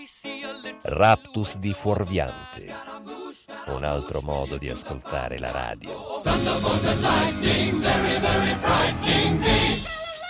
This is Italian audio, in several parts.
Raptus di fuorviante, un altro modo di ascoltare la radio. Thunderbolt and lightning, very, very frightening me.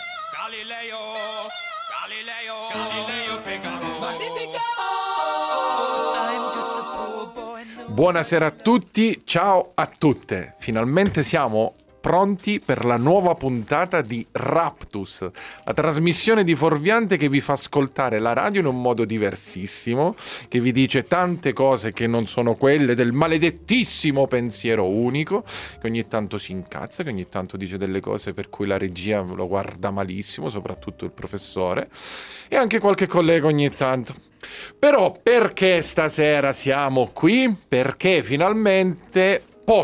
Galileo Figaro. Magnifico! I'm just a poor boy. Buonasera a tutti, ciao a tutte. Finalmente siamo pronti per la nuova puntata di Raptus, la trasmissione di fuorviante che vi fa ascoltare la radio in un modo diversissimo, che vi dice tante cose che non sono quelle del maledettissimo pensiero unico, che ogni tanto si incazza, che ogni tanto dice delle cose per cui la regia lo guarda malissimo, soprattutto il professore, e anche qualche collega ogni tanto. Però perché stasera siamo qui? Perché finalmente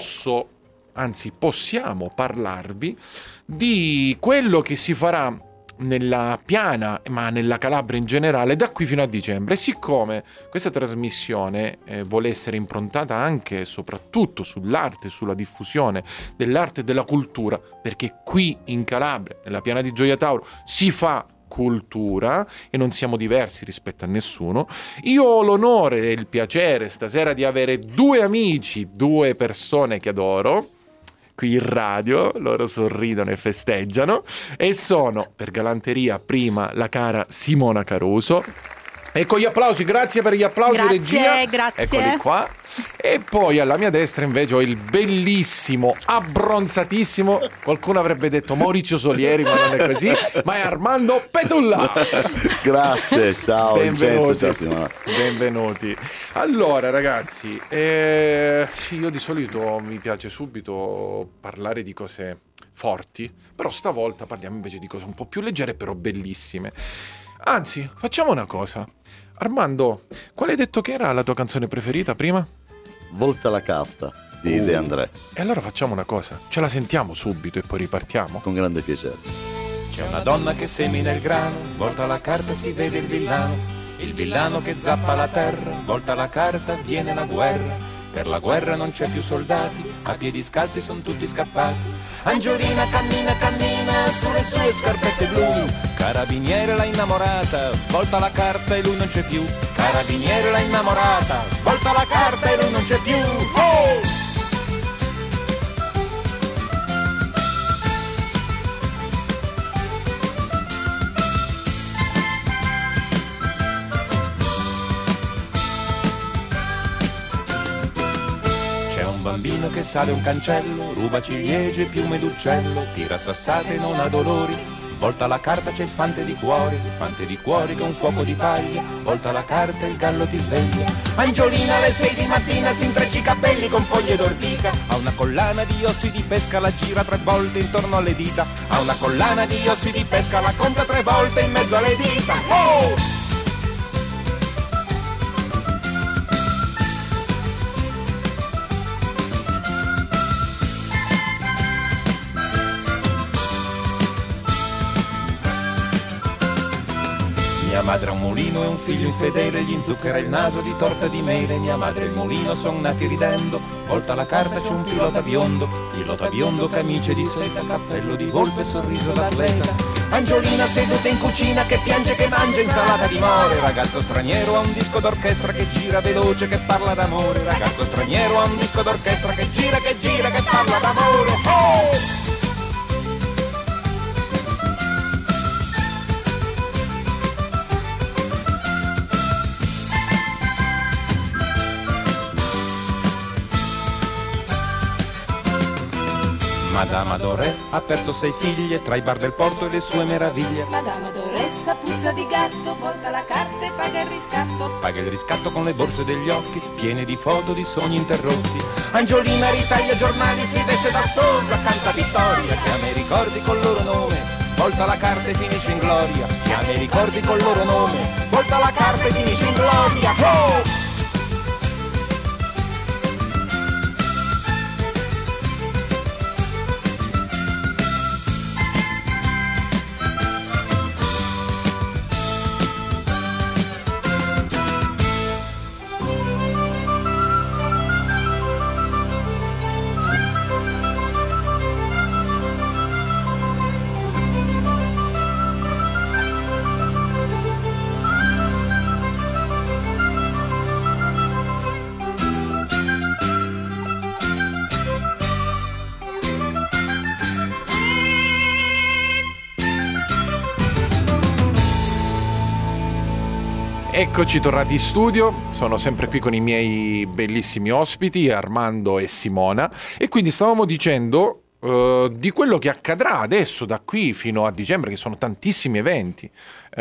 possiamo parlarvi di quello che si farà nella Piana, ma nella Calabria in generale, da qui fino a dicembre. E siccome questa trasmissione vuole essere improntata anche e soprattutto sull'arte, sulla diffusione dell'arte e della cultura, perché qui in Calabria, nella Piana di Gioia Tauro, si fa cultura e non siamo diversi rispetto a nessuno, io ho l'onore e il piacere stasera di avere due amici, due persone che adoro qui in radio, loro sorridono e festeggiano, e sono, per galanteria, prima la cara Simona Caruso. Ecco gli applausi, grazie per gli applausi, regia. Grazie. Eccoli qua. E poi alla mia destra invece ho il bellissimo, abbronzatissimo, qualcuno avrebbe detto Maurizio Solieri, ma non è così, ma è Armando Petulla. Grazie, ciao Vincenzo, ciao Simona. Benvenuti. Allora ragazzi, sì, io di solito mi piace subito parlare di cose forti, però stavolta parliamo invece di cose un po' più leggere però bellissime. Anzi, facciamo una cosa. Armando, qual hai detto che era la tua canzone preferita prima? Volta la carta di De André. E allora facciamo una cosa, ce la sentiamo subito e poi ripartiamo? Con grande piacere. C'è una donna che semina il grano, volta la carta si vede il villano che zappa la terra, volta la carta viene la guerra. Per la guerra non c'è più soldati, a piedi scalzi sono tutti scappati. Angiolina cammina sulle sue scarpette blu. Carabiniere l'ha innamorata, volta la carta e lui non c'è più. Carabiniere l'ha innamorata, volta la carta e lui non c'è più. Oh! Bambino che sale un cancello, ruba ciliegie, piume d'uccello, tira sassate e non ha dolori. Volta la carta c'è il fante di cuori con fuoco di paglia. Volta la carta e il gallo ti sveglia. Angiolina alle 6 di mattina si intreccia i capelli con foglie d'ortica. Ha una collana di ossi di pesca, la gira 3 volte intorno alle dita. Ha una collana di ossi di pesca, la conta 3 volte in mezzo alle dita. Oh! Mia madre ha un mulino e un figlio infedele, gli inzucchera il naso di torta di mele. Mia madre e il mulino son nati ridendo, volta la carta c'è un pilota biondo, camicie di seta, cappello di volpe, sorriso d'atleta. Angiolina seduta in cucina che piange che mangia insalata di more. Ragazzo straniero ha un disco d'orchestra che gira veloce, che parla d'amore. Ragazzo straniero ha un disco d'orchestra che gira, che parla d'amore. Oh! Madame Adoré ha perso 6 figlie tra i bar del porto e le sue meraviglie. Madame Adoressa puzza di gatto, volta la carta e paga il riscatto. Paga il riscatto con le borse degli occhi, piene di foto di sogni interrotti. Angiolina ritaglia giornali, si veste da sposa, canta vittoria, chiama i ricordi col loro nome. Volta la carta e finisce in gloria, chiama i ricordi col loro nome. Volta la carta e finisce in gloria. Oh! Eccoci tornati in studio, sono sempre qui con i miei bellissimi ospiti Armando e Simona, e quindi stavamo dicendo di quello che accadrà adesso da qui fino a dicembre, che sono tantissimi eventi.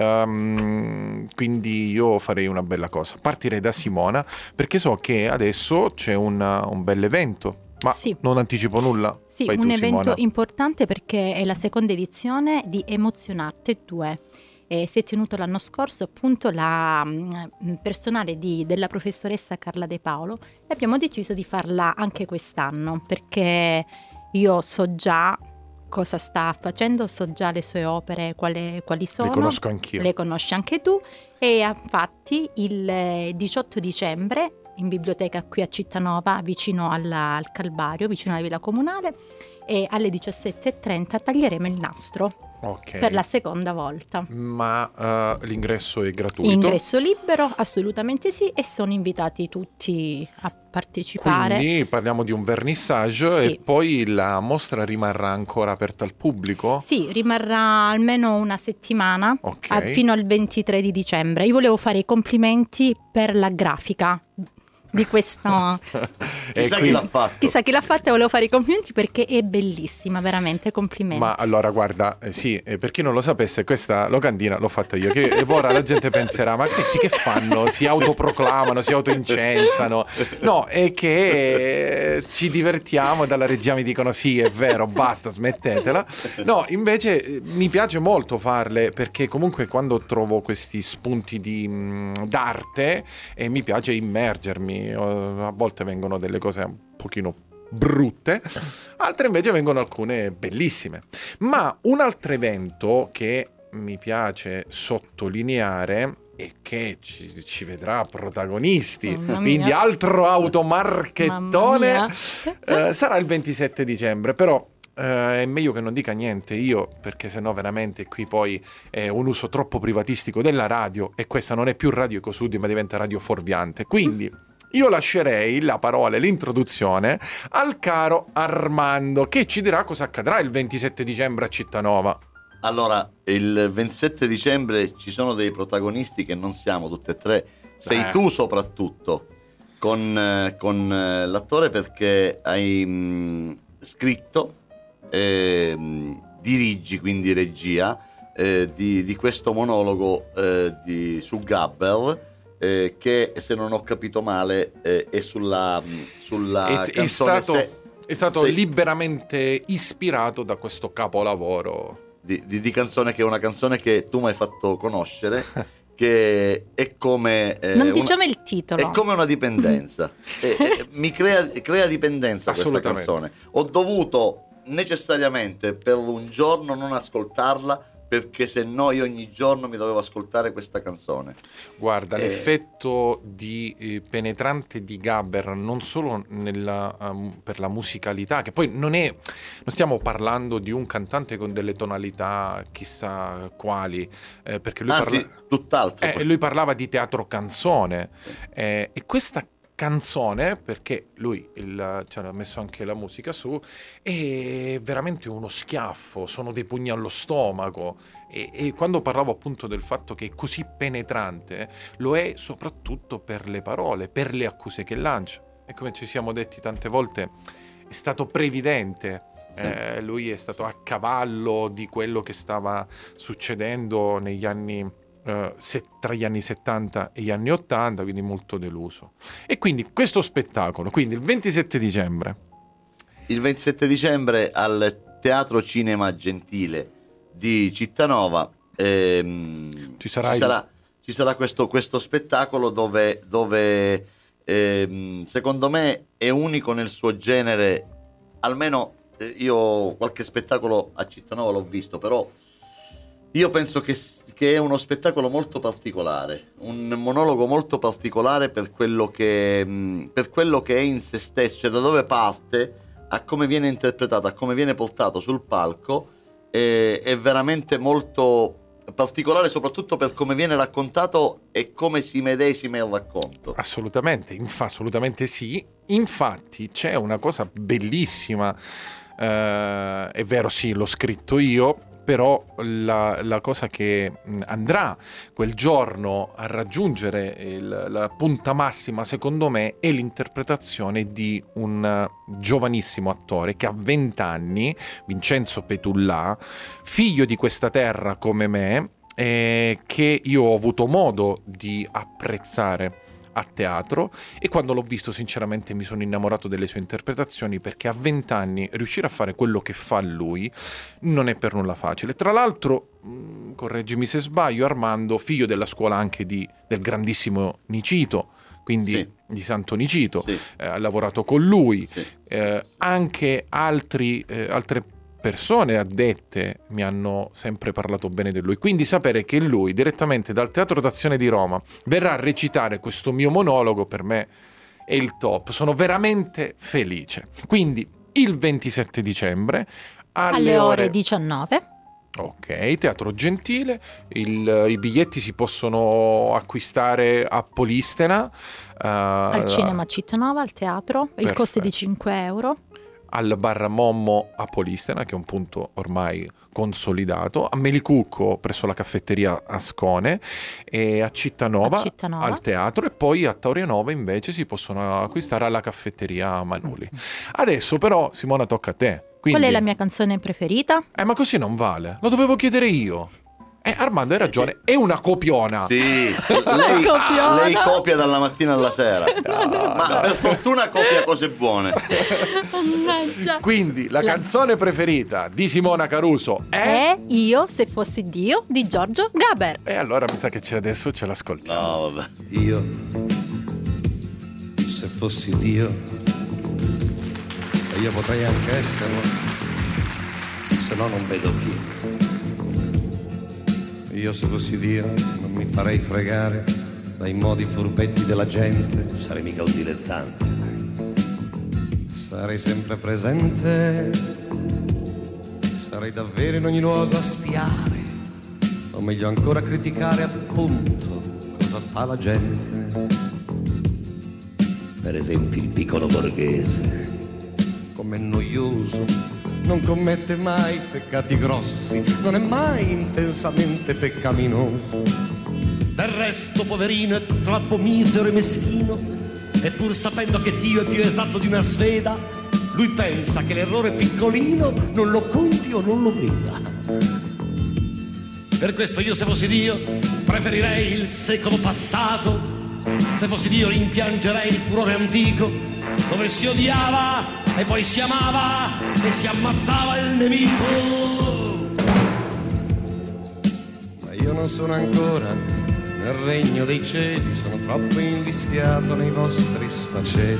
Quindi io farei una bella cosa, partirei da Simona perché so che adesso c'è un bel evento. Ma sì, non anticipo nulla. Sì, Vai un tu, evento Simona. importante perché è la seconda edizione di Emozionarte 2. Si è tenuto l'anno scorso appunto la personale della professoressa Carla De Paolo, e abbiamo deciso di farla anche quest'anno perché io so già cosa sta facendo, so già le sue opere, quali sono. Le conosco anch'io. Le conosci anche tu, e infatti il 18 dicembre in biblioteca qui a Cittanova, vicino al Calvario, vicino alla Villa Comunale, e alle 17:30 taglieremo il nastro. Ok. Per la seconda volta. Ma l'ingresso è gratuito? Ingresso libero, assolutamente sì, e sono invitati tutti a partecipare. Quindi parliamo di un vernissage, Sì. e poi la mostra rimarrà ancora aperta al pubblico? Sì, rimarrà almeno una settimana, Ok. fino al 23 di dicembre. Io volevo fare i complimenti per la grafica di questo. Chissà chi l'ha fatto. Chissà chi l'ha fatta, volevo fare i complimenti perché è bellissima, veramente, complimenti. Ma allora guarda, sì, per chi non lo sapesse, questa locandina l'ho fatta io, che ora la gente penserà, ma questi che fanno? Si autoproclamano, si autoincensano. No, è che ci divertiamo, dalla regia mi dicono sì, è vero, basta, smettetela. No, invece mi piace molto farle, perché comunque quando trovo questi spunti d'arte mi piace immergermi. A volte vengono delle cose un pochino brutte, altre invece vengono alcune bellissime. Ma un altro evento che mi piace sottolineare e che ci vedrà protagonisti, Mamma quindi mia. altro automarchettone, Mamma sarà il 27 dicembre, però è meglio che non dica niente io, perché sennò veramente qui poi è un uso troppo privatistico della radio, e questa non è più Radio Ecosudi ma diventa Radio Fuorviante. Quindi io lascerei la parola e l'introduzione al caro Armando, che ci dirà cosa accadrà il 27 dicembre a Cittanova. Allora, il 27 dicembre ci sono dei protagonisti che non siamo tutte e tre. Sei tu soprattutto, con l'attore, perché hai scritto, dirigi, quindi regia, di questo monologo su Gabber, che, se non ho capito male, è sulla canzone è stato liberamente ispirato da questo capolavoro di canzone, che è una canzone che tu mi hai fatto conoscere, che è come Non diciamo il titolo. è come una dipendenza. Mi crea dipendenza questa canzone. Ho dovuto necessariamente per un giorno non ascoltarla, perché se no io ogni giorno mi dovevo ascoltare questa canzone. Guarda, l'effetto di penetrante di Gabber, non solo per la musicalità, che poi non stiamo parlando di un cantante con delle tonalità chissà quali, perché lui tutt'altro. Lui parlava di teatro canzone, e questa canzone, perché lui ci ha messo anche la musica su, è veramente uno schiaffo, sono dei pugni allo stomaco, e quando parlavo appunto del fatto che è così penetrante, lo è soprattutto per le parole, per le accuse che lancia, e come ci siamo detti tante volte è stato previdente. Sì. Lui è stato a cavallo di quello che stava succedendo negli anni tra gli anni 70 e gli anni 80, quindi molto deluso. E quindi questo spettacolo, quindi il 27 dicembre. Il 27 dicembre al Teatro Cinema Gentile di Cittanova ci sarà questo spettacolo dove secondo me è unico nel suo genere. Almeno io qualche spettacolo a Cittanova l'ho visto, però io penso che è uno spettacolo molto particolare, un monologo molto particolare per quello che è in se stesso, cioè da dove parte, a come viene interpretato, a come viene portato sul palco, è veramente molto particolare, soprattutto per come viene raccontato e come si medesima il racconto. Assolutamente, assolutamente sì. Infatti c'è una cosa bellissima, è vero, sì, l'ho scritto io, però la cosa che andrà quel giorno a raggiungere la punta massima, secondo me, è l'interpretazione di un giovanissimo attore che ha 20 anni, Vincenzo Petullà, figlio di questa terra come me, che io ho avuto modo di apprezzare a teatro, e quando l'ho visto sinceramente mi sono innamorato delle sue interpretazioni, perché a 20 anni riuscire a fare quello che fa lui non è per nulla facile. Tra l'altro, correggimi se sbaglio Armando, figlio della scuola anche del grandissimo Nicito, quindi sì, di Santo Nicito, sì, ha lavorato con lui, sì, anche altre persone addette mi hanno sempre parlato bene di lui, quindi sapere che lui direttamente dal Teatro d'Azione di Roma verrà a recitare questo mio monologo per me è il top. Sono veramente felice. Quindi il 27 dicembre alle ore 19. Ok, Teatro Gentile. I biglietti si possono acquistare a Polistena, al cinema Cittanova, al teatro. Il costo è di 5 euro. Al bar Mommo a Polistena, che è un punto ormai consolidato, a Melicucco presso la caffetteria Ascone, e a Cittanova al teatro, e poi a Taurianova invece si possono acquistare alla caffetteria Manuli. Adesso però, Simona, tocca a te. Quindi... Qual è la mia canzone preferita? Ma così non vale, lo dovevo chiedere io. Armando, hai ragione, è una copiona. Sì, lei copia dalla mattina alla sera. Ma per fortuna copia cose buone. Quindi la canzone preferita di Simona Caruso è Io se fossi Dio di Giorgio Gaber. E allora mi sa che adesso ce l'ascoltiamo. No, vabbè. Io se fossi Dio, e io potrei anche esserlo, se no non vedo chi. Io se fossi Dio non mi farei fregare dai modi furbetti della gente. Sarei mica un dilettante. Sarei sempre presente, sarei davvero in ogni luogo a spiare, o meglio ancora a criticare appunto cosa fa la gente. Per esempio il piccolo borghese, com'è noioso, non commette mai peccati grossi, non è mai intensamente peccaminoso. Del resto, poverino, è troppo misero e meschino, e pur sapendo che Dio è più esatto di una sveda, lui pensa che l'errore piccolino non lo conti o non lo veda. Per questo io, se fossi Dio, preferirei il secolo passato. Se fossi Dio, rimpiangerei il furore antico, dove si odiava e poi si amava e si ammazzava il nemico. Ma io non sono ancora nel regno dei cieli, sono troppo invischiato nei vostri sfaceli.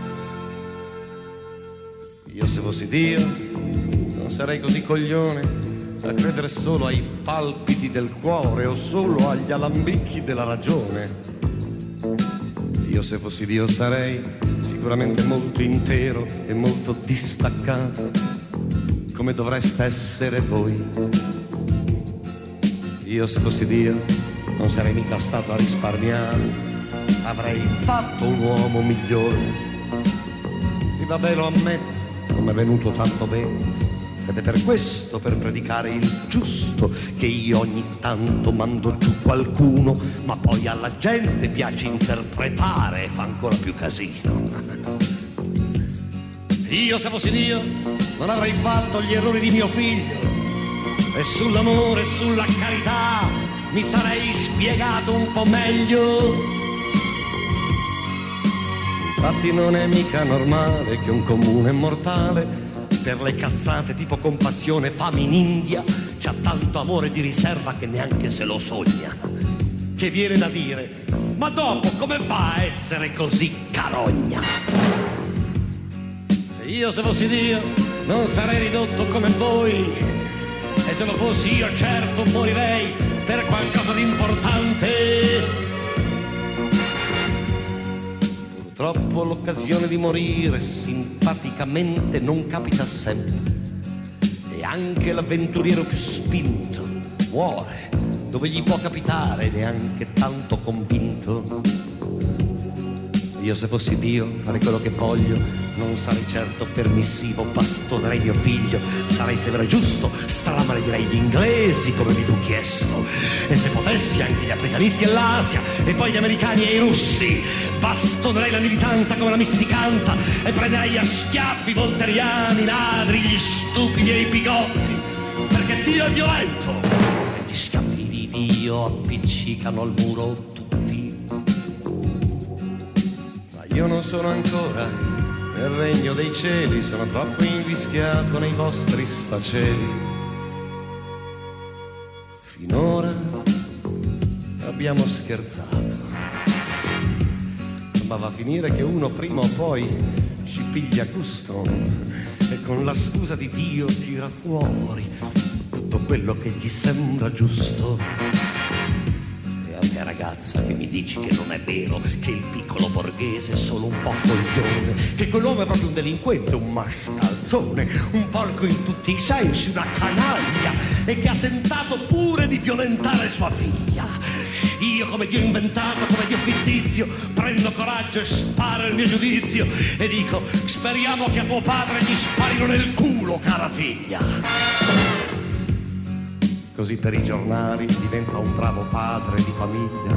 Io se fossi Dio non sarei così coglione da credere solo ai palpiti del cuore o solo agli alambicchi della ragione. Io se fossi Dio sarei sicuramente molto intero e molto distaccato, come dovreste essere voi. Io se fossi Dio non sarei mica stato a risparmiare, avrei fatto un uomo migliore. Sì, vabbè, lo ammetto, non mi è venuto tanto bene, ed è per questo, per predicare il giusto, che io ogni tanto mando giù qualcuno, ma poi alla gente piace interpretare e fa ancora più casino. Io se fossi Dio non avrei fatto gli errori di mio figlio, e sull'amore e sulla carità mi sarei spiegato un po' meglio. Infatti non è mica normale che un comune mortale per le cazzate tipo compassione, fame in India, c'ha tanto amore di riserva che neanche se lo sogna. Che viene da dire, ma dopo come fa a essere così carogna? E io se fossi Dio non sarei ridotto come voi, e se lo fossi io certo morirei per qualcosa di importante. Purtroppo l'occasione di morire simpaticamente non capita sempre, e anche l'avventuriero più spinto muore dove gli può capitare, neanche tanto convinto. Io se fossi Dio farei quello che voglio, non sarei certo permissivo, bastonerei mio figlio, sarei severo e giusto, stramaledierei gli inglesi come mi fu chiesto, e se potessi anche gli africanisti e l'Asia, e poi gli americani e i russi, bastonerei la militanza come la misticanza, e prenderei a schiaffi i volteriani, i ladri, gli stupidi e i bigotti, perché Dio è violento, e gli schiaffi di Dio appiccicano al muro tutti. Io non sono ancora nel regno dei cieli, sono troppo invischiato nei vostri sfaceli. Finora abbiamo scherzato, ma va a finire che uno prima o poi ci piglia gusto e con la scusa di Dio tira fuori tutto quello che gli sembra giusto. Ragazza che mi dici che non è vero, che il piccolo borghese è solo un po' coglione, che quell'uomo è proprio un delinquente, un mascalzone, un porco in tutti i sensi, una canaglia, e che ha tentato pure di violentare sua figlia. Io come Dio inventato, come Dio fittizio, prendo coraggio e sparo il mio giudizio e dico: speriamo che a tuo padre gli sparino nel culo, cara figlia. Così per i giornali diventa un bravo padre di famiglia.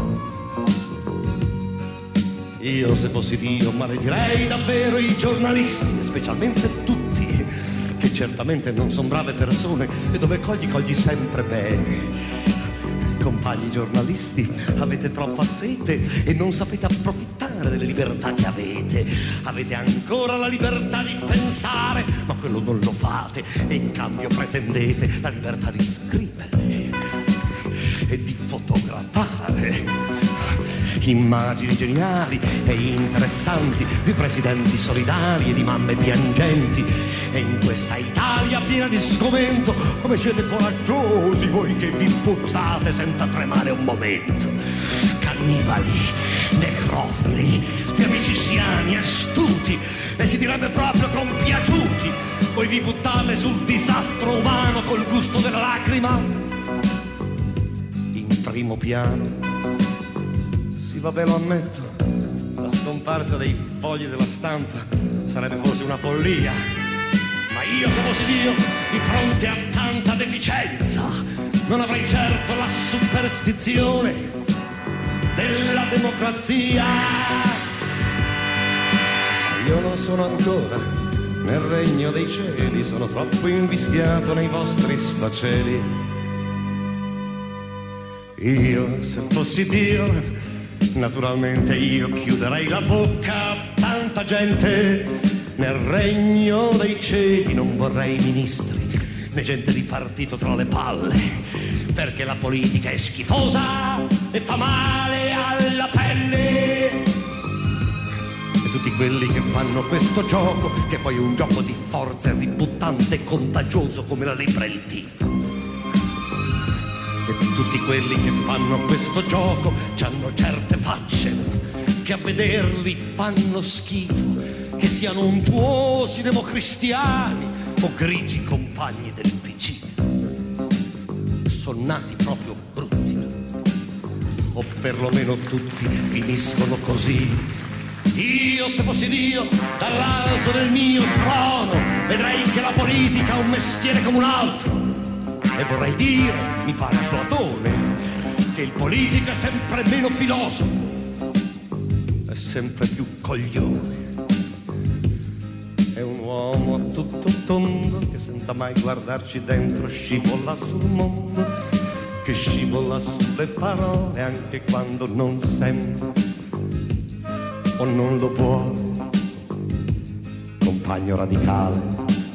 Io se fossi Dio maledirei davvero i giornalisti, specialmente tutti, che certamente non sono brave persone e dove cogli sempre bene. Compagni giornalisti, avete troppa sete e non sapete approfittare delle libertà che avete. Avete ancora la libertà di pensare, ma quello non lo fate, e in cambio pretendete la libertà di scrivere e di fotografare immagini geniali e interessanti di presidenti solidari e di mamme piangenti. E in questa Italia piena di sgomento, come siete coraggiosi voi che vi buttate senza tremare un momento. Cannibali, necrofili, termicisiani, astuti, e si direbbe proprio compiaciuti. Voi vi buttate sul disastro umano col gusto della lacrima. In primo piano, sì vabbè lo ammetto, la scomparsa dei fogli della stampa sarebbe forse una follia, ma io se fossi Dio, di fronte a tanta deficienza, non avrei certo la superstizione della democrazia. Io non sono ancora nel regno dei cieli, sono troppo invischiato nei vostri sfaceli. Io se fossi Dio, naturalmente io chiuderei la bocca a tanta gente. Nel regno dei cieli non vorrei ministri né gente di partito tra le palle, perché la politica è schifosa e fa male alla pelle. E tutti quelli che fanno questo gioco, che poi è un gioco di forza e ributtante e contagioso come la lepre e il tifo. E tutti quelli che fanno questo gioco c'hanno certe facce che a vederli fanno schifo, che siano untuosi democristiani o grigi compagni del PC. Sono nati proprio brutti, o perlomeno tutti finiscono così. Io se fossi Dio, dall'alto del mio trono, vedrei che la politica è un mestiere come un altro. E vorrei dire, mi pare a Platone, che il politico è sempre meno filosofo, è sempre più coglione. È un uomo a tutto tondo che senza mai guardarci dentro scivola sul mondo, che scivola sulle parole anche quando non sembra o non lo vuole. Compagno radicale,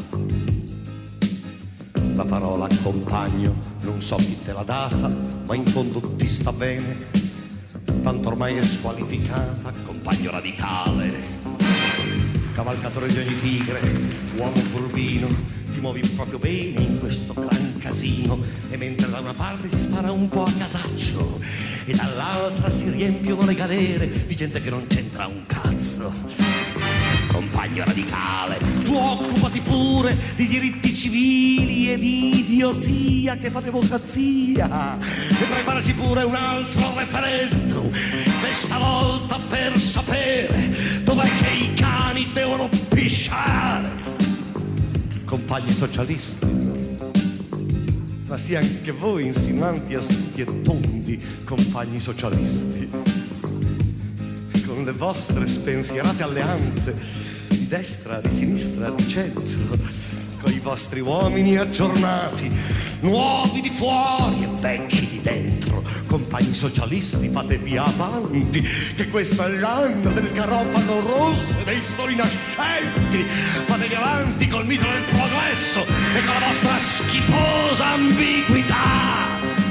la parola compagno non so chi te l'ha data, ma in fondo ti sta bene, tanto ormai è squalificata. Compagno radicale, cavalcatore di ogni tigre, uomo furbino, ti muovi proprio bene in questo gran casino, e mentre da una parte si spara un po' a casaccio e dall'altra si riempiono le galere di gente che non c'entra un cazzo. compagno radicale, tu occupati pure di diritti civili e di idiozia che fa democrazia, e preparaci pure un altro referendum, questa volta per sapere dov'è che i cani devono pisciare. Compagni socialisti, ma sì anche voi insinuanti, astuti e tondi, compagni socialisti, con le vostre spensierate alleanze di destra, di sinistra, di centro, con i vostri uomini aggiornati, nuovi di fuori e vecchi di dentro, compagni socialisti, fatevi avanti, che questo è l'anno del garofano rosso e dei soli nascenti. Fatevi avanti col mito del progresso e con la vostra schifosa ambiguità.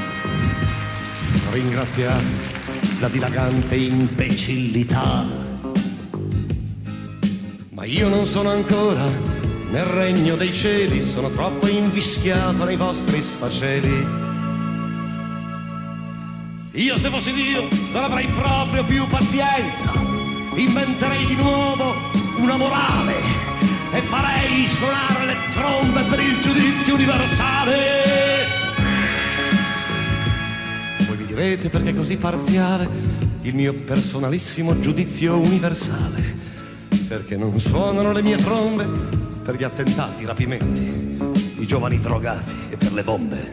Ringraziate la dilagante imbecillità, ma io non sono ancora nel regno dei cieli, sono troppo invischiato nei vostri sfaceli. Io se fossi Dio non avrei proprio più pazienza, inventerei di nuovo una morale e farei suonare le trombe per il giudizio universale. Voi mi direte perché è così parziale il mio personalissimo giudizio universale, perché non suonano le mie trombe per gli attentati, i rapimenti, i giovani drogati e per le bombe,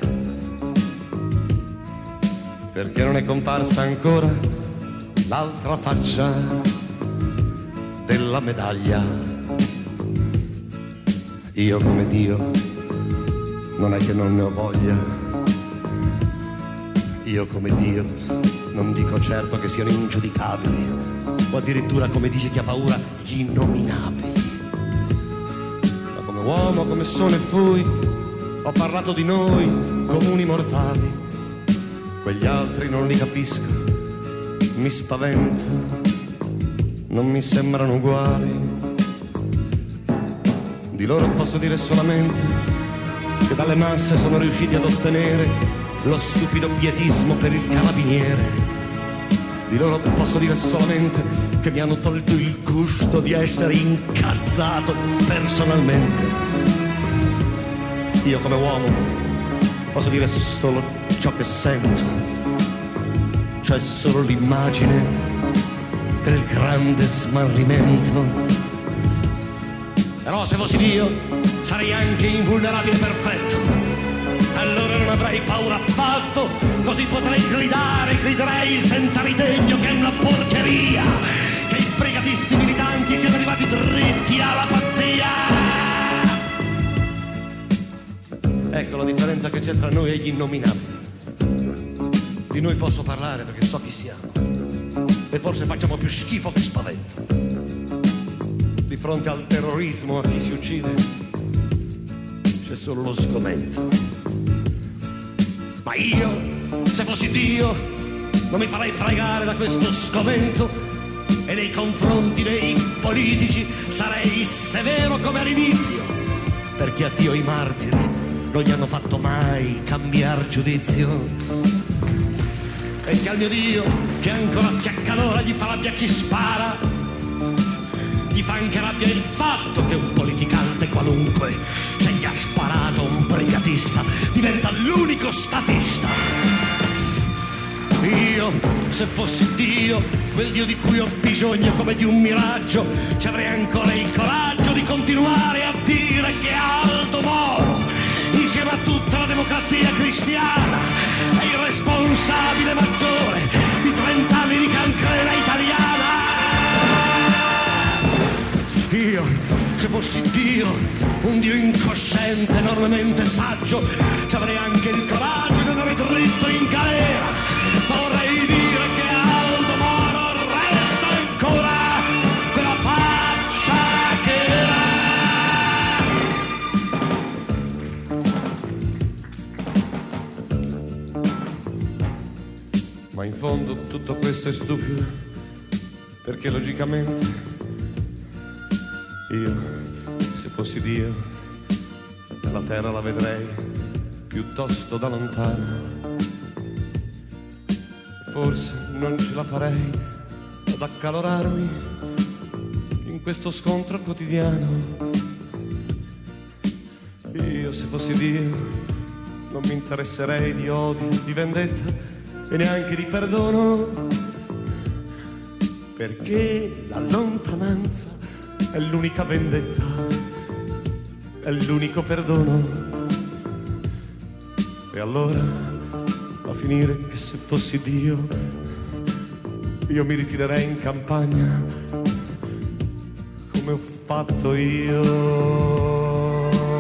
perché non è comparsa ancora l'altra faccia della medaglia. Io come Dio non è che non ne ho voglia, io come Dio non dico certo che siano ingiudicabili, o addirittura, come dice chi ha paura, gli innominabili. Uomo come sono e fui, ho parlato di noi comuni mortali, quegli altri non li capisco, mi spavento, non mi sembrano uguali. Di loro posso dire solamente che dalle masse sono riusciti ad ottenere lo stupido pietismo per il carabiniere. Di loro posso dire solamente che mi hanno tolto il gusto di essere incazzato personalmente. Io come uomo posso dire solo ciò che sento, cioè solo l'immagine del grande smarrimento. Però se fossi Dio sarei anche invulnerabile e perfetto, allora non avrei paura affatto, così potrei griderei senza ritegno che è una porcheria, che i brigatisti militanti siano arrivati dritti alla pazzia. Ecco la differenza che c'è tra noi e gli innominabili. Di noi posso parlare perché so chi siamo, e forse facciamo più schifo che spavento. Di fronte al terrorismo, a chi si uccide, c'è solo lo sgomento. Ma io, se fossi Dio, non mi farei fregare da questo sgomento, e nei confronti dei politici sarei severo come all'inizio, perché a Dio i martiri non gli hanno fatto mai cambiar giudizio. E se al mio Dio, che ancora si accalora, gli fa rabbia chi spara, gli fa anche rabbia il fatto che un politicante qualunque, se gli ha sparato un brigatista, diventa l'unico statista. Io, se fossi Dio, quel Dio di cui ho bisogno come di un miraggio, ci avrei ancora il coraggio di continuare a dire che Aldo Moro, insieme a tutta la democrazia cristiana, è il responsabile maggiore di 30 anni di cancrena italiana. Io, se fossi Dio, un Dio incosciente, enormemente saggio, ci avrei anche il coraggio di andare dritto in galera, ma vorrei dire che Aldo Moro resta ancora quella faccia che era. Ma in fondo tutto questo è stupido, perché logicamente io, se fossi Dio, la terra la vedrei piuttosto da lontano. Forse non ce la farei ad accalorarmi in questo scontro quotidiano. Io se fossi Dio non mi interesserei di odio, di vendetta e neanche di perdono, perché la lontananza è l'unica vendetta, è l'unico perdono. E allora va a finire che se fossi Dio io mi ritirerei in campagna come ho fatto io.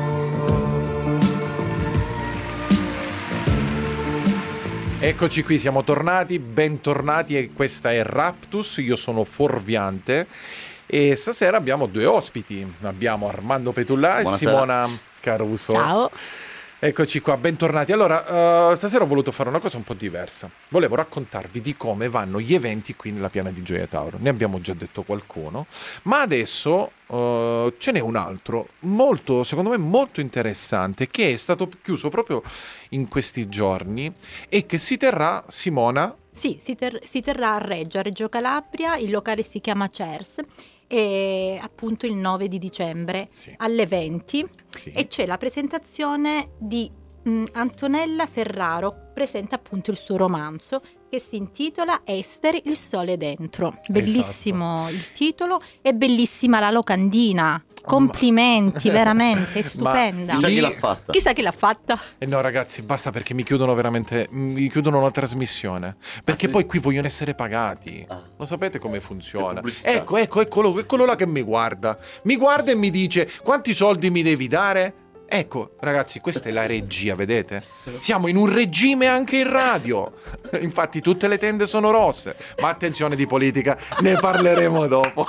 Eccoci qui, siamo tornati, bentornati, e questa è Raptus, io sono Fuorviante e stasera abbiamo due ospiti, abbiamo Armando Petullà e Simona Caruso. Ciao. Eccoci qua, bentornati. Allora, stasera ho voluto fare una cosa un po' diversa. Volevo raccontarvi di come vanno gli eventi qui nella Piana di Gioia Tauro. Ne abbiamo già detto qualcuno, ma adesso ce n'è un altro, molto, secondo me molto interessante, che è stato chiuso proprio in questi giorni e che si terrà, Simona? Sì, si terrà a Reggio Calabria, il locale si chiama CERS, e appunto il 9 di dicembre alle 20 e c'è la presentazione di Antonella Ferraro, presenta appunto il suo romanzo che si intitola Ester, il sole dentro. Bellissimo il titolo e bellissima la locandina. Complimenti, veramente, è stupenda. Chissà chi l'ha fatta. Chissà chi l'ha fatta. No ragazzi, basta, perché mi chiudono la trasmissione. Perché poi qui vogliono essere pagati. Lo sapete come funziona? Eccolo là che mi guarda e mi dice: quanti soldi mi devi dare? Ecco ragazzi, questa è la regia, vedete? Siamo in un regime anche in radio. Infatti tutte le tende sono rosse. Ma attenzione, di politica ne parleremo dopo.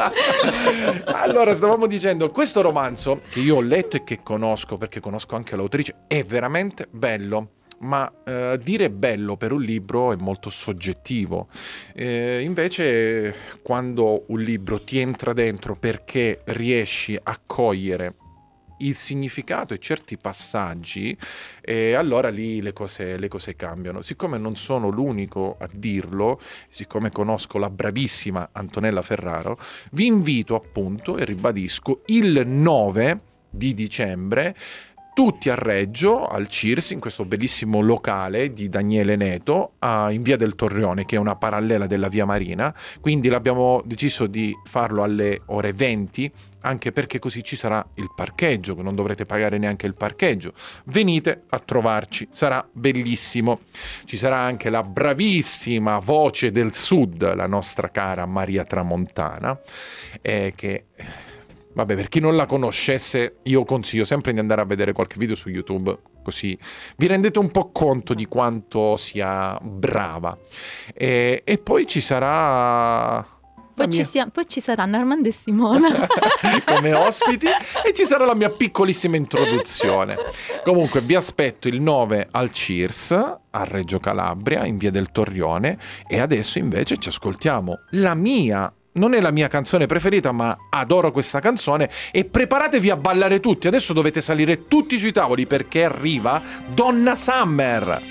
Allora, stavamo dicendo, questo romanzo che io ho letto e che conosco, perché conosco anche l'autrice, è veramente bello. Ma dire bello per un libro è molto soggettivo. Invece quando un libro ti entra dentro perché riesci a cogliere il significato e certi passaggi, allora lì le cose cambiano. Siccome non sono l'unico a dirlo, siccome conosco la bravissima Antonella Ferraro, vi invito appunto, e ribadisco, il 9 di dicembre tutti a Reggio, al CIRS, in questo bellissimo locale di Daniele Neto, in via del Torrione, che è una parallela della via Marina. Quindi l'abbiamo deciso di farlo alle ore 20, anche perché così ci sarà il parcheggio, che non dovrete pagare neanche il parcheggio. Venite a trovarci, sarà bellissimo. Ci sarà anche la bravissima voce del Sud, la nostra cara Maria Tramontana, che... Vabbè, per chi non la conoscesse, io consiglio sempre di andare a vedere qualche video su YouTube, così vi rendete un po' conto di quanto sia brava. E poi ci sarà... Poi ci saranno Armando e Simona come ospiti, e ci sarà la mia piccolissima introduzione. Comunque vi aspetto il 9 al CIRS a Reggio Calabria, in via del Torrione, e adesso invece ci ascoltiamo la mia... Non è la mia canzone preferita, ma adoro questa canzone, e preparatevi a ballare tutti. Adesso dovete salire tutti sui tavoli perché arriva Donna Summer.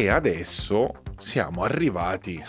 E adesso siamo arrivati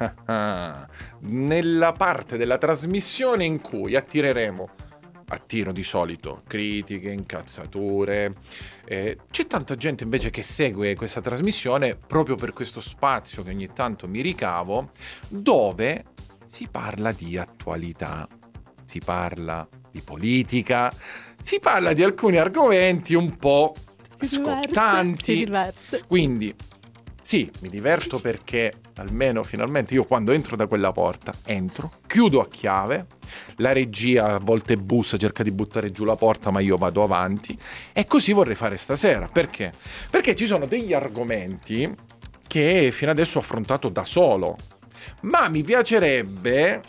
nella parte della trasmissione in cui attiro di solito critiche, incazzature. C'è tanta gente invece che segue questa trasmissione proprio per questo spazio che ogni tanto mi ricavo, dove si parla di attualità, si parla di politica, si parla di alcuni argomenti un po' scottanti. Quindi sì, mi diverto perché almeno finalmente io quando entro da quella porta, chiudo a chiave, la regia a volte bussa, cerca di buttare giù la porta, ma io vado avanti, e così vorrei fare stasera. Perché? Perché ci sono degli argomenti che fino adesso ho affrontato da solo, ma mi piacerebbe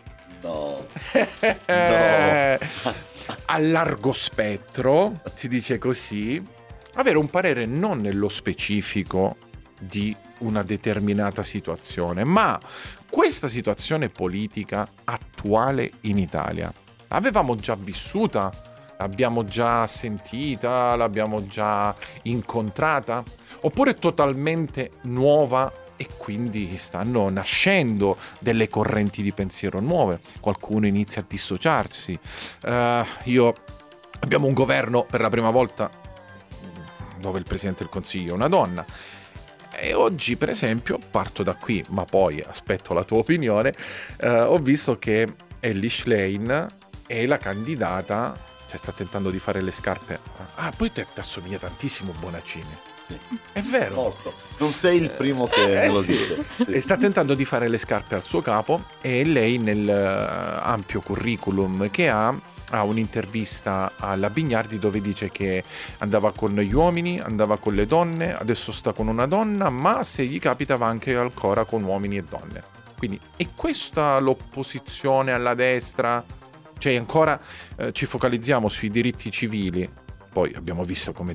a largo spettro, si dice così, avere un parere non nello specifico di una determinata situazione, ma questa situazione politica attuale in Italia l'avevamo già vissuta, l'abbiamo già sentita, l'abbiamo già incontrata, oppure è totalmente nuova e quindi stanno nascendo delle correnti di pensiero nuove, qualcuno inizia a dissociarsi. Abbiamo un governo per la prima volta dove il Presidente del Consiglio è una donna. E oggi, per esempio, parto da qui, ma poi aspetto la tua opinione, ho visto che Elly Schlein è la candidata, cioè sta tentando di fare le scarpe. Poi ti assomiglia tantissimo Bonaccini. Sì. È vero. Molto. Non sei il primo che lo dice. Sì. E sta tentando di fare le scarpe al suo capo, e lei nel ampio curriculum che ha un'intervista alla Bignardi dove dice che andava con gli uomini, andava con le donne, adesso sta con una donna, ma se gli capita va anche ancora con uomini e donne. Quindi è questa l'opposizione alla destra? Cioè ancora ci focalizziamo sui diritti civili, poi abbiamo visto come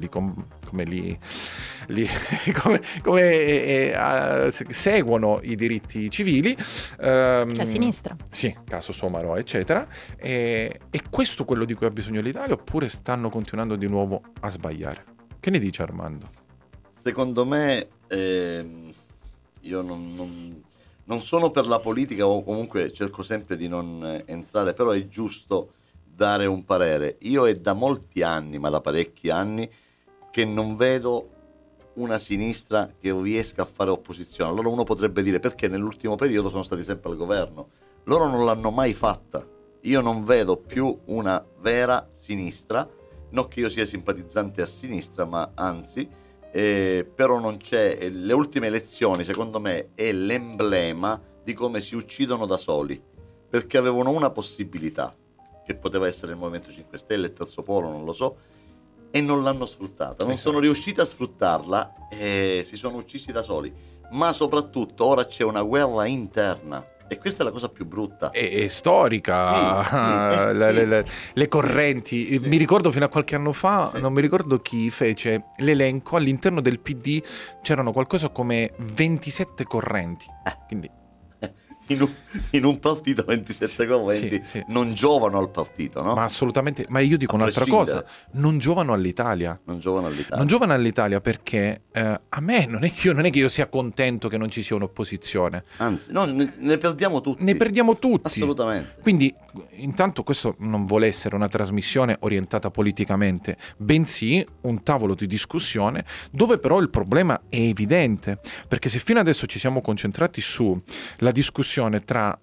seguono i diritti civili, la sinistra, sì, caso Somaro eccetera, e questo quello di cui ha bisogno l'Italia, oppure stanno continuando di nuovo a sbagliare? Che ne dice Armando? Secondo me io non sono per la politica, o comunque cerco sempre di non entrare, però è giusto dare un parere. Io è da molti anni, ma da parecchi anni, che non vedo una sinistra che riesca a fare opposizione. Allora uno potrebbe dire perché nell'ultimo periodo sono stati sempre al governo. Loro non l'hanno mai fatta. Io non vedo più una vera sinistra, non che io sia simpatizzante a sinistra, ma anzi, però non c'è. Le ultime elezioni secondo me è l'emblema di come si uccidono da soli, perché avevano una possibilità che poteva essere il Movimento 5 Stelle, il Terzo Polo, non lo so, e non l'hanno sfruttata, non sono riusciti a sfruttarla e si sono uccisi da soli. Ma soprattutto ora c'è una guerra interna, e questa è la cosa più brutta. È storica, le correnti. Sì. Mi ricordo fino a qualche anno fa, non mi ricordo chi fece l'elenco, all'interno del PD c'erano qualcosa come 27 correnti, quindi in un partito 27 correnti non giovano al partito, no? Ma assolutamente, ma io dico un'altra cosa, non giovano all'Italia. Non giovano all'Italia perché a me non è che io sia contento che non ci sia un'opposizione. Anzi, no, ne perdiamo tutti. Ne perdiamo tutti. Assolutamente. Quindi, intanto questo non vuole essere una trasmissione orientata politicamente, bensì un tavolo di discussione dove però il problema è evidente, perché se fino adesso ci siamo concentrati su la discussione tra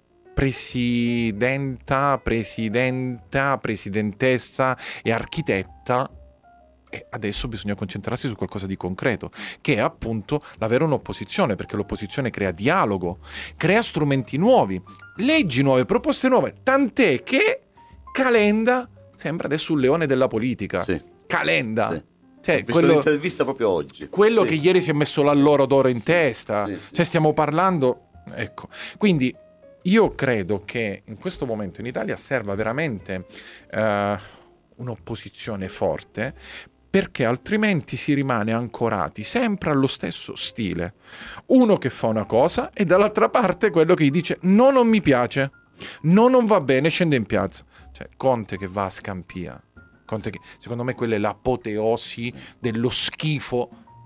presidentessa e architetta, e adesso bisogna concentrarsi su qualcosa di concreto, che è appunto l'avere un'opposizione, perché l'opposizione crea dialogo, crea strumenti nuovi, leggi nuove, proposte nuove, tant'è che Calenda sembra adesso un leone della politica. Sì. Calenda. Sì. Cioè, ho visto l'intervista proprio oggi. Quello che ieri si è messo l'alloro d'oro in testa. Sì. Cioè stiamo parlando. Ecco, quindi io credo che in questo momento in Italia serva veramente un'opposizione forte, perché altrimenti si rimane ancorati sempre allo stesso stile. Uno che fa una cosa e dall'altra parte quello che gli dice no, non mi piace, no, non va bene, scende in piazza. Cioè Conte che va a Scampia, Conte che, secondo me quella è l'apoteosi dello schifo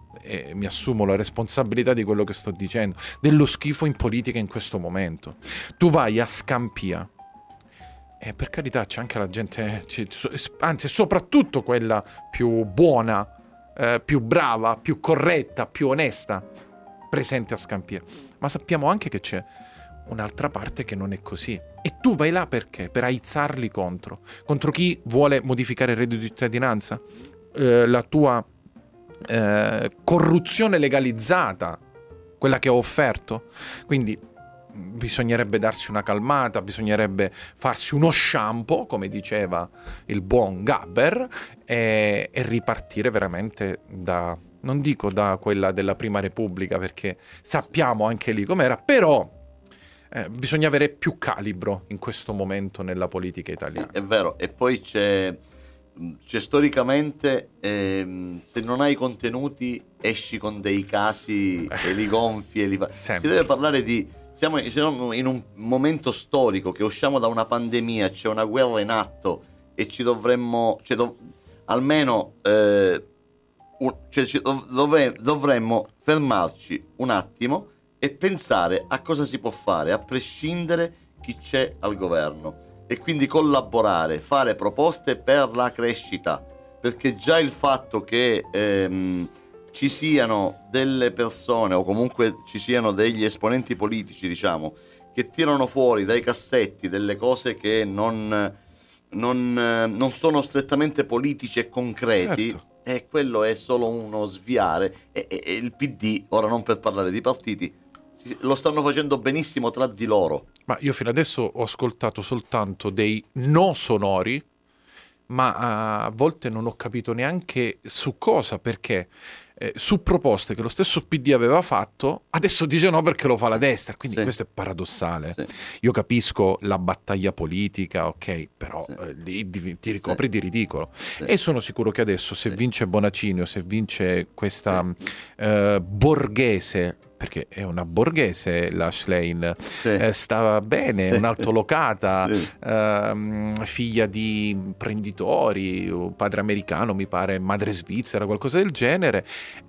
e mi assumo la responsabilità di quello che sto dicendo, dello schifo in politica in questo momento. Tu vai a Scampia e per carità c'è anche la gente, anzi soprattutto quella più buona, più brava, più corretta, più onesta presente a Scampia, ma sappiamo anche che c'è un'altra parte che non è così, e tu vai là perché? Per aizzarli contro chi vuole modificare il reddito di cittadinanza, la tua corruzione legalizzata, quella che ho offerto. Quindi bisognerebbe darsi una calmata, bisognerebbe farsi uno shampoo, come diceva il buon Gabber, e ripartire veramente da, non dico da quella della Prima Repubblica, perché sappiamo anche lì com'era, però bisogna avere più calibro in questo momento nella politica italiana. Sì, è vero. E poi c'è storicamente, se non hai contenuti esci con dei casi e li gonfi e li si deve parlare di, siamo in un momento storico che usciamo da una pandemia, c'è una guerra in atto e ci dovremmo, almeno dovremmo fermarci un attimo e pensare a cosa si può fare a prescindere chi c'è al governo, e quindi collaborare, fare proposte per la crescita, perché già il fatto che ci siano delle persone o comunque ci siano degli esponenti politici, diciamo, che tirano fuori dai cassetti delle cose che non sono strettamente politici e concreti, certo. E quello è solo uno sviare, e il PD, ora non per parlare di partiti, lo stanno facendo benissimo tra di loro. Ma io fino adesso ho ascoltato soltanto dei no sonori, ma a volte non ho capito neanche su cosa, perché su proposte che lo stesso PD aveva fatto, adesso dice no perché lo fa la destra, quindi questo è paradossale. Io capisco la battaglia politica, ok, però lì ti ricopri di ridicolo. E sono sicuro che adesso, se vince Bonaccini o se vince questa Borghese, perché è una borghese la Schlein, stava bene, un'altolocata, figlia di imprenditori, padre americano mi pare, madre svizzera, qualcosa del genere,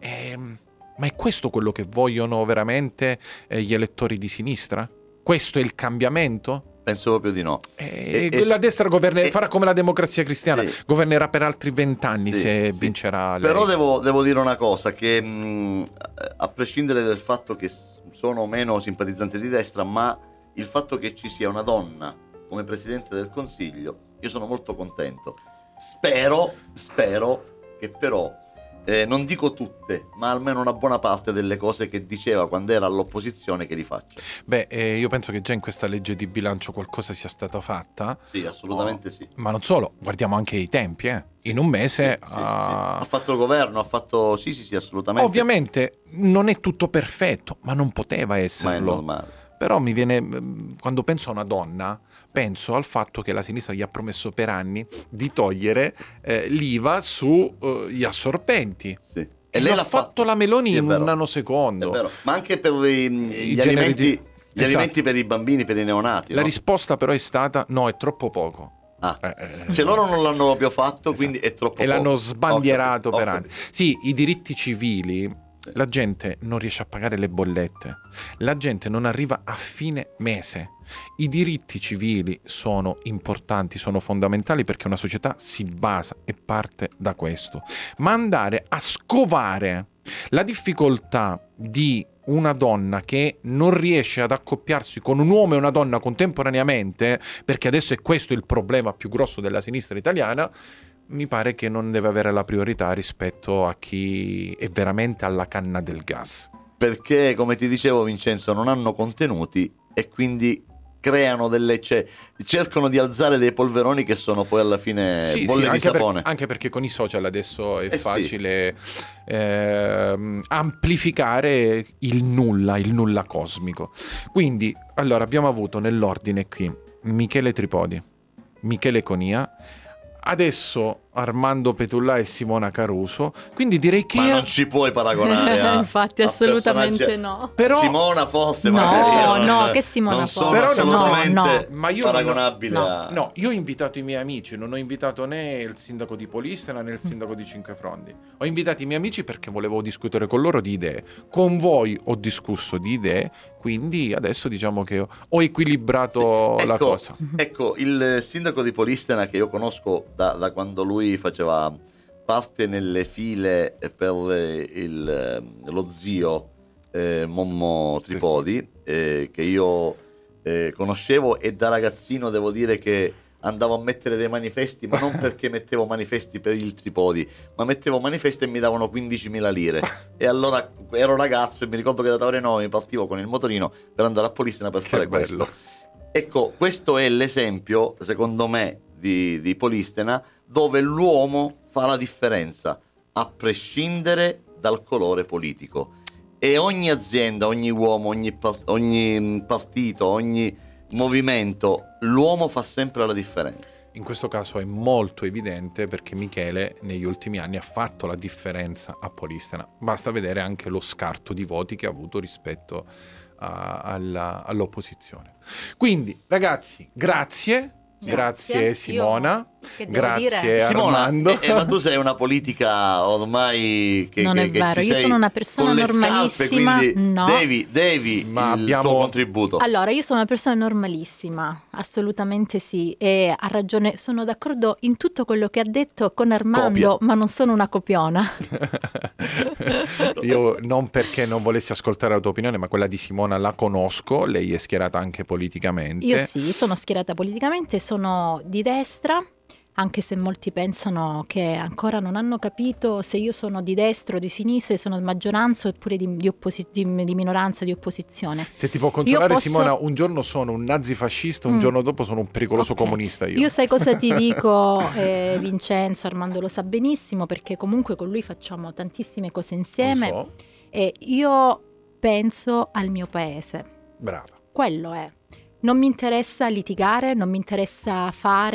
ma è questo quello che vogliono veramente gli elettori di sinistra? Questo è il cambiamento? Penso proprio di no. La destra farà come la Democrazia Cristiana, governerà per altri 20 anni se vincerà lei. Però devo dire una cosa, che a prescindere dal fatto che sono meno simpatizzante di destra, ma il fatto che ci sia una donna come Presidente del Consiglio, io sono molto contento. Spero che però non dico tutte, ma almeno una buona parte delle cose che diceva quando era all'opposizione che li faccia. Io penso che già in questa legge di bilancio qualcosa sia stata fatta. Sì, assolutamente sì. Ma non solo, guardiamo anche i tempi, In un mese ha fatto il governo, ha fatto sì, assolutamente. Ovviamente non è tutto perfetto, ma non poteva esserlo. Ma è normale. Però mi viene, quando penso a una donna, penso al fatto che la sinistra gli ha promesso per anni di togliere l'IVA sugli assorbenti. Sì. E lei l'ha fatto la Meloni in un nanosecondo. È vero. Ma anche per gli alimenti per i bambini, per i neonati. La risposta però è stata no, è troppo poco. Loro non l'hanno proprio fatto, quindi è troppo poco. E l'hanno sbandierato per anni. Sì, i diritti civili. La gente non riesce a pagare le bollette, la gente non arriva a fine mese. I diritti civili sono importanti, sono fondamentali, perché una società si basa e parte da questo. Ma andare a scovare la difficoltà di una donna che non riesce ad accoppiarsi con un uomo e una donna contemporaneamente, perché adesso è questo il problema più grosso della sinistra italiana, mi pare che non deve avere la priorità rispetto a chi è veramente alla canna del gas. Perché, come ti dicevo Vincenzo, non hanno contenuti e quindi creano cercano di alzare dei polveroni che sono poi alla fine bolle di sapone. Anche perché con i social adesso è facile amplificare il nulla cosmico. Quindi, allora, abbiamo avuto nell'ordine qui Michele Tripodi, Michele Conia. Adesso Armando Petullà e Simona Caruso, quindi direi che... Ma non ci puoi paragonare infatti assolutamente no. Però... Simona forse no, che Simona non sono forse assolutamente ma io paragonabile no, io ho invitato i miei amici, non ho invitato né il sindaco di Polistena né il sindaco di Cinquefrondi, ho invitato i miei amici perché volevo discutere con loro di idee, con voi ho discusso di idee, quindi adesso diciamo che ho equilibrato la cosa. Ecco, il sindaco di Polistena che io conosco da quando lui faceva parte nelle file per lo zio Mommo Tripodi, che io conoscevo, e da ragazzino devo dire che andavo a mettere dei manifesti, ma non perché mettevo manifesti per il Tripodi, ma mettevo manifesti e mi davano 15.000 lire e allora ero ragazzo e mi ricordo che da Taure 9 partivo con il motorino per andare a Polistena per fare questo. Ecco, questo è l'esempio, secondo me, di Polistena, dove l'uomo fa la differenza a prescindere dal colore politico, e ogni azienda, ogni uomo, ogni partito, ogni movimento, l'uomo fa sempre la differenza. In questo caso è molto evidente perché Michele negli ultimi anni ha fatto la differenza a Polistena, basta vedere anche lo scarto di voti che ha avuto rispetto all'opposizione. Quindi ragazzi, grazie Simona, grazie Simona, Armando. ma tu sei una politica ormai che non è vero, io sono una persona normalissima, scarpe, no. devi ma tuo contributo. Allora, io sono una persona normalissima, assolutamente sì, e ha ragione, sono d'accordo in tutto quello che ha detto con Armando, ma non sono una copiona. Io non perché non volessi ascoltare la tua opinione, ma quella di Simona la conosco, lei è schierata anche politicamente. Io sì, sono schierata politicamente, sono di destra, anche se molti pensano che ancora non hanno capito se io sono di destra o di sinistra, se sono di maggioranza oppure di minoranza, di opposizione. Se ti può consolare, Simona, un giorno sono un nazifascista, un giorno dopo sono un pericoloso comunista io. Io sai cosa ti dico, Vincenzo, Armando lo sa benissimo, perché comunque con lui facciamo tantissime cose insieme. Lo so. E io penso al mio paese. Brava. Quello è. Non mi interessa litigare, non mi interessa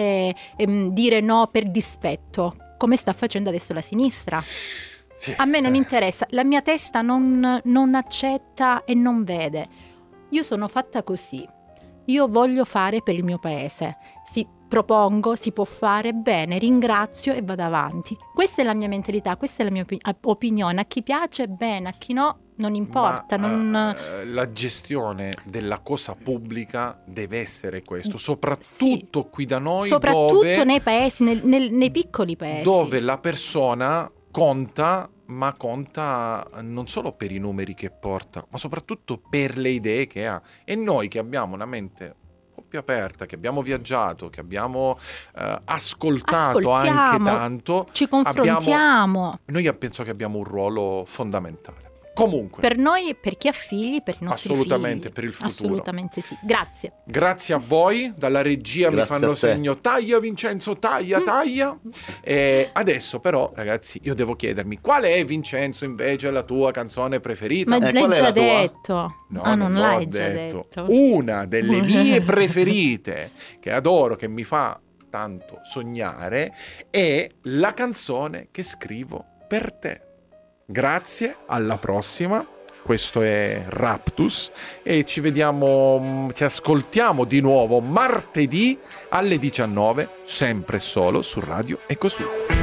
dire no per dispetto, come sta facendo adesso la sinistra. Sì. A me non interessa, la mia testa non accetta e non vede. Io sono fatta così, io voglio fare per il mio paese, propongo, si può fare, bene, ringrazio e vado avanti. Questa è la mia mentalità, questa è la mia opinione, a chi piace bene, a chi no non importa. La gestione della cosa pubblica deve essere questo, soprattutto qui da noi, soprattutto nei paesi, nei piccoli paesi, dove la persona conta, ma conta non solo per i numeri che porta, ma soprattutto per le idee che ha. E noi che abbiamo una mente più aperta, che abbiamo viaggiato, che abbiamo ascoltato anche tanto, ci confrontiamo. Noi penso che abbiamo un ruolo fondamentale. Comunque, per noi, per chi ha figli, per i nostri assolutamente, figli. Per il futuro. Assolutamente sì. Grazie. Grazie a voi, dalla regia mi fanno segno taglia Vincenzo, taglia. E adesso però, ragazzi, io devo chiedermi qual è, Vincenzo, invece la tua canzone preferita? Ma l'hai già detto. No, non l'hai già detto. Una delle mie preferite, che adoro, che mi fa tanto sognare, è la canzone che scrivo per te. Grazie, alla prossima. Questo è Raptus e ci ascoltiamo di nuovo martedì alle 19, sempre solo su Radio Ecosud.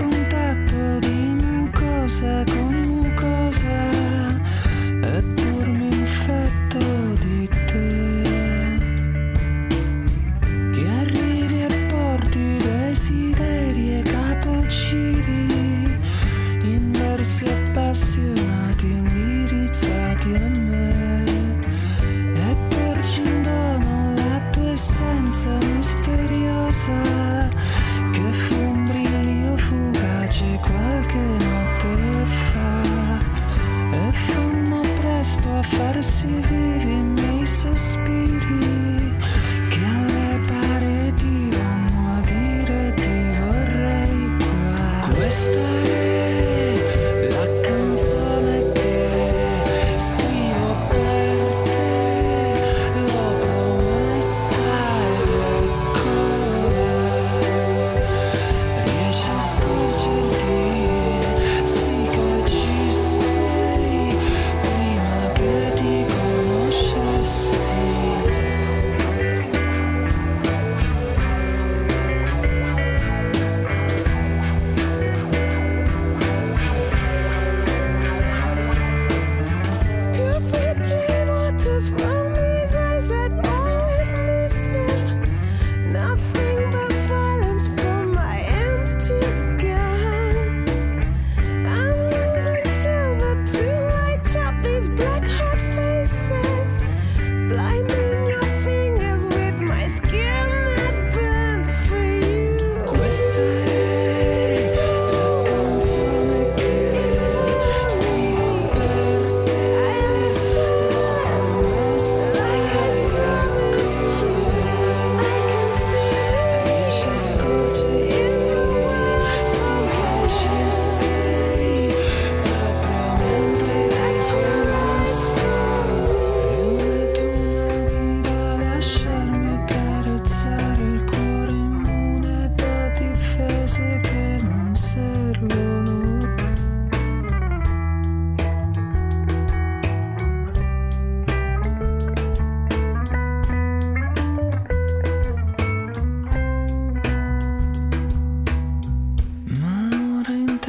Con cosa, eppur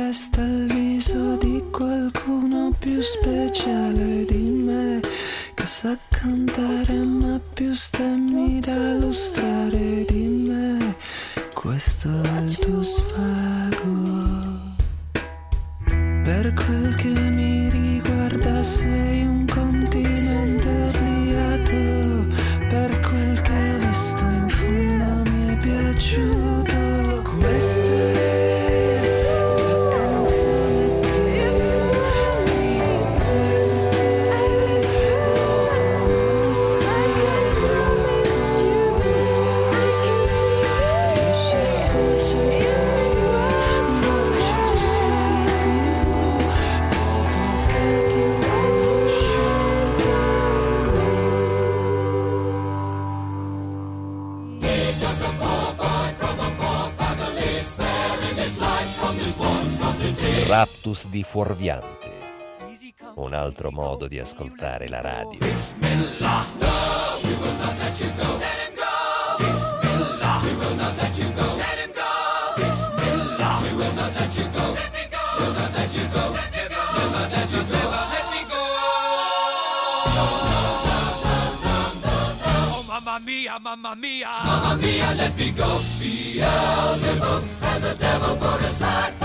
resta il viso di qualcuno più speciale di me, che sa cantare ma più stemmi da lustrare di me. Questo è il tuo svago. Per quel che mi riguarda sei un continente obliato. Per quel che ho visto in fondo mi è piaciuto. Questa è la canzone che scrivi per te. Lo sai, riesci a scorgerti, non ci sei più dopo che ti ho lasciato. Raptus di Fuorviante, un altro modo di ascoltare la radio. Mamma mia, let me go. Beelzebub has a devil put aside.